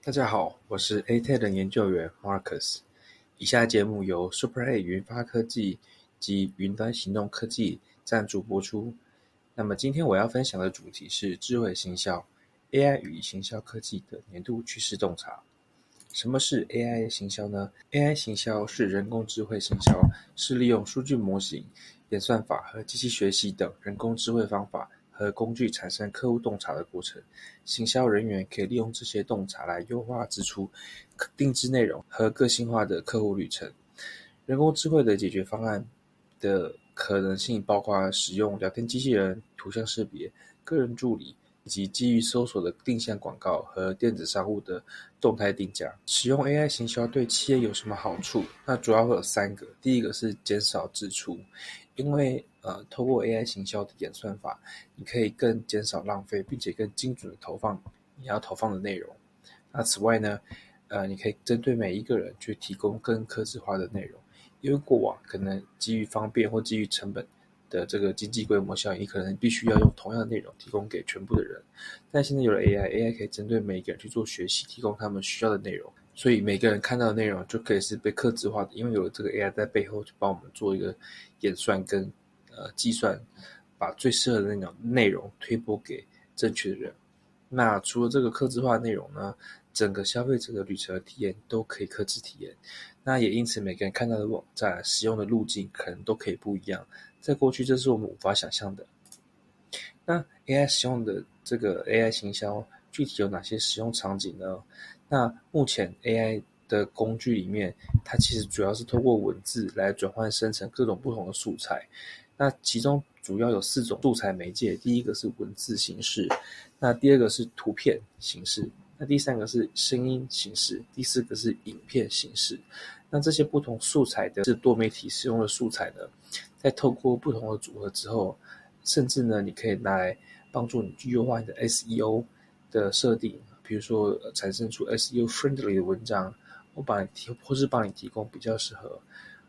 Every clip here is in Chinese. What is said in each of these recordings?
大家好，我是 ATED 研究员 Marcus。以下节目由 Super A 云发科技及云端行动科技赞助播出。那么今天我要分享的主题是智慧行销 AI 与行销科技的年度趋势洞察。什么是 AI 行销呢？ AI 行销是人工智慧行销，是利用数据模型、演算法和机器学习等人工智慧方法和工具产生客户洞察的过程。行销人员可以利用这些洞察来优化支出、定制内容和个性化的客户旅程。人工智慧的解决方案的可能性包括使用聊天机器人、图像识别、个人助理，以及基于搜索的定向广告和电子商务的动态定价。使用 AI 行销对企业有什么好处？那主要会有3个。第一个是减少支出，因为透过 AI 行销的演算法，你可以更减少浪费，并且更精准的投放你要投放的内容。那此外呢，你可以针对每一个人去提供更客制化的内容，因为过往可能基于方便或基于成本的这个经济规模效应，可能必须要用同样的内容提供给全部的人。但现在有了 AI 可以针对每一个人去做学习，提供他们需要的内容，所以每个人看到的内容就可以是被客制化的，因为有了这个 AI 在背后去帮我们做一个演算跟计算，把最适合的那种内容推播给正确的人。那除了这个客制化的内容呢，整个消费者的旅程的体验都可以客制体验。那也因此每个人看到的网站使用的路径可能都可以不一样，在过去这是我们无法想象的。那 AI 使用的这个 AI 行销具体有哪些使用场景呢？那目前 AI 的工具里面，它其实主要是透过文字来转换生成各种不同的素材。那其中主要有4种素材媒介，第一个是文字形式，那第二个是图片形式，那第3个是声音形式，第4个是影片形式。那这些不同素材的是多媒体使用的素材呢，在透过不同的组合之后，甚至呢，你可以拿来帮助你去优化你的 SEO 的设定，比如说产生出 SEO friendly 的文章，或是帮你提供比较适合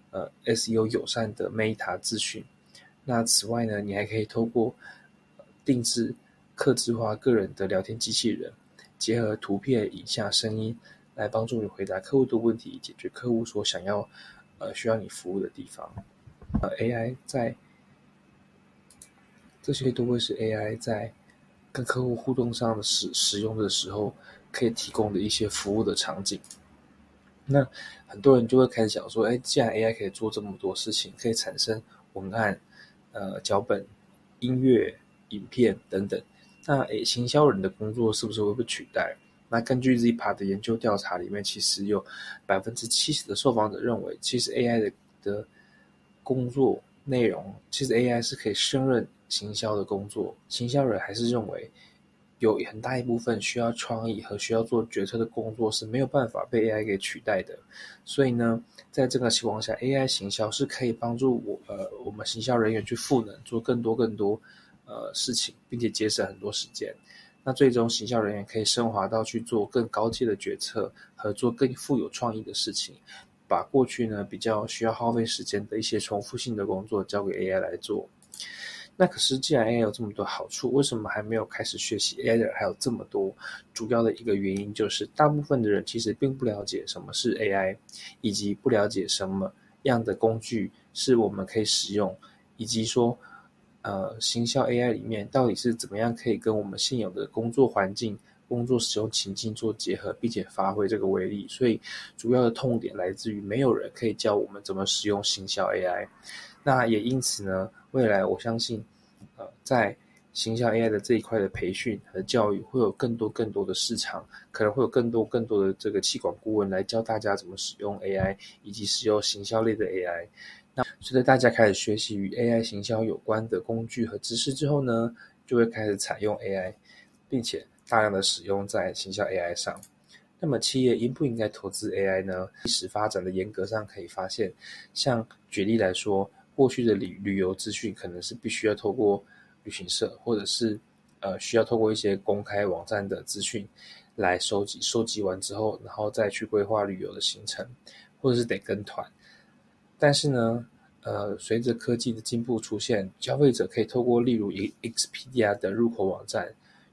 SEO 友善的 Meta 资讯。那此外呢，你还可以透过定制客制化个人的聊天机器人，结合图片、影像、声音，来帮助你回答客户的问题，解决客户所想要需要你服务的地方。AI 在这些都会是 AI 在跟客户互动上的使用的时候可以提供的一些服务的场景。那很多人就会开始想说，既然 AI 可以做这么多事情，可以产生文案、脚本、音乐、影片等等，那行销人的工作是不是会被取代？那根据 Zpa 的研究调查里面，其实有 70% 的受访者认为，其实 AI 的工作内容，其实 AI 是可以胜任行销的工作。行销人还是认为有很大一部分需要创意和需要做决策的工作是没有办法被 AI 给取代的。所以呢，在这个情况下， AI 行销是可以帮助我们行销人员去赋能，做更多事情，并且节省很多时间。那最终行销人员可以升华到去做更高阶的决策和做更富有创意的事情，把过去呢比较需要耗费时间的一些重复性的工作交给 AI 来做。那可是既然 AI 有这么多好处，为什么还没有开始学习 AI 的人还有这么多？主要的一个原因就是大部分的人其实并不了解什么是 AI， 以及不了解什么样的工具是我们可以使用，以及说行销 AI 里面到底是怎么样可以跟我们现有的工作环境、工作使用情境做结合，并且发挥这个威力。所以主要的痛点来自于没有人可以教我们怎么使用行销 AI。那也因此呢，未来我相信在行销 AI 的这一块的培训和教育会有更多的市场，可能会有更多的这个企管顾问来教大家怎么使用 AI， 以及使用行销类的 AI。那随着大家开始学习与 AI 行销有关的工具和知识之后呢，就会开始采用 AI， 并且大量的使用在行销 AI 上。那么企业应不应该投资 AI 呢？历史发展的严格上可以发现，像举例来说，过去的旅游资讯可能是必须要透过旅行社，或者是需要透过一些公开网站的资讯来收集完之后，然后再去规划旅游的行程，或者是得跟团。但是呢，随着科技的进步出现，消费者可以透过例如 Expedia 的入口网站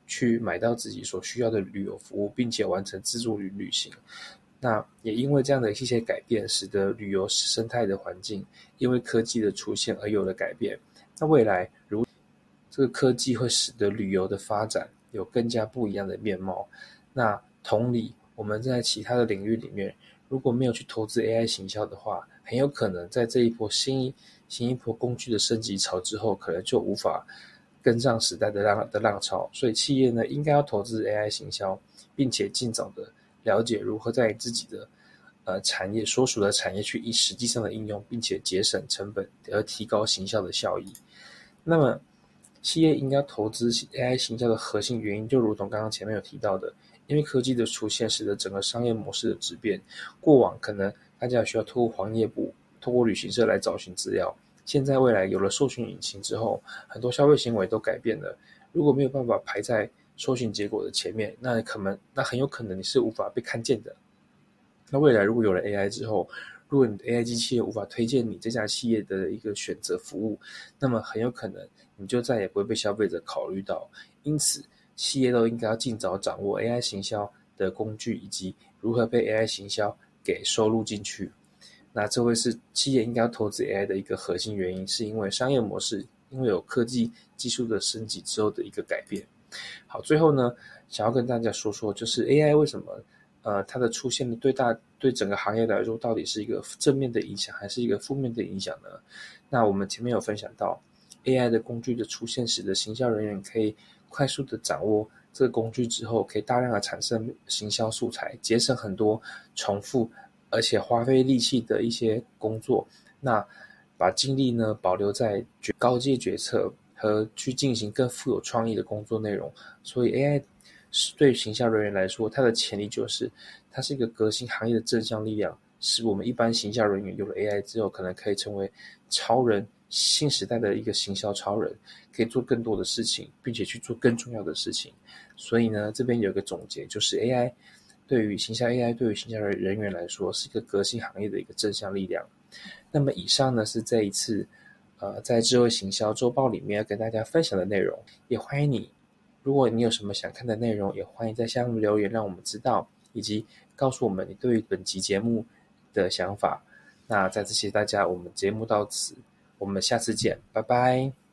去买到自己所需要的旅游服务，并且完成自助旅行。那也因为这样的一些改变，使得旅游生态的环境因为科技的出现而有了改变。那未来这个科技会使得旅游的发展有更加不一样的面貌。那同理，我们在其他的领域里面，如果没有去投资 AI 行销的话，很有可能在这一波新一波工具的升级潮之后，可能就无法跟上时代的浪潮。所以企业呢，应该要投资 AI 行销，并且尽早的了解如何在自己的产业所属的产业去实际上的应用，并且节省成本而提高行销的效益。那么企业应该投资 AI 行销的核心原因，就如同刚刚前面有提到的，因为科技的出现使得整个商业模式的质变。过往可能大家需要透过行业部、透过旅行社来找寻资料，现在未来有了搜寻引擎之后，很多消费行为都改变了。如果没有办法排在搜寻结果的前面，那很有可能你是无法被看见的。那未来如果有了 AI 之后，如果你的 AI 机器人无法推荐你这家企业的一个选择服务，那么很有可能你就再也不会被消费者考虑到。因此，企业都应该要尽早掌握 AI 行销的工具，以及如何被 AI 行销给收录进去。那这会是企业应该要投资 AI 的一个核心原因，是因为商业模式因为有科技技术的升级之后的一个改变。好，最后呢，想要跟大家说说，就是 AI 为什么它的出现对整个行业来说，到底是一个正面的影响，还是一个负面的影响呢？那我们前面有分享到 ，AI 的工具的出现，使得行销人员可以快速的掌握这个工具之后，可以大量的产生行销素材，节省很多重复而且花费力气的一些工作。那把精力呢保留在高阶决策和去进行更富有创意的工作内容。所以 AI 对行销人员来说，它的潜力就是它是一个革新行业的正向力量，使我们一般行销人员有了 AI 之后，可能可以成为超人，新时代的一个行销超人，可以做更多的事情，并且去做更重要的事情。所以呢，这边有一个总结，就是 AI 对于行销人员来说，是一个革新行业的一个正向力量。那么以上呢是这一次在智慧行销周报里面要跟大家分享的内容，也欢迎你，如果你有什么想看的内容，也欢迎在下面留言让我们知道，以及告诉我们你对于本期节目的想法。那再次谢谢大家，我们节目到此，我们下次见，拜拜。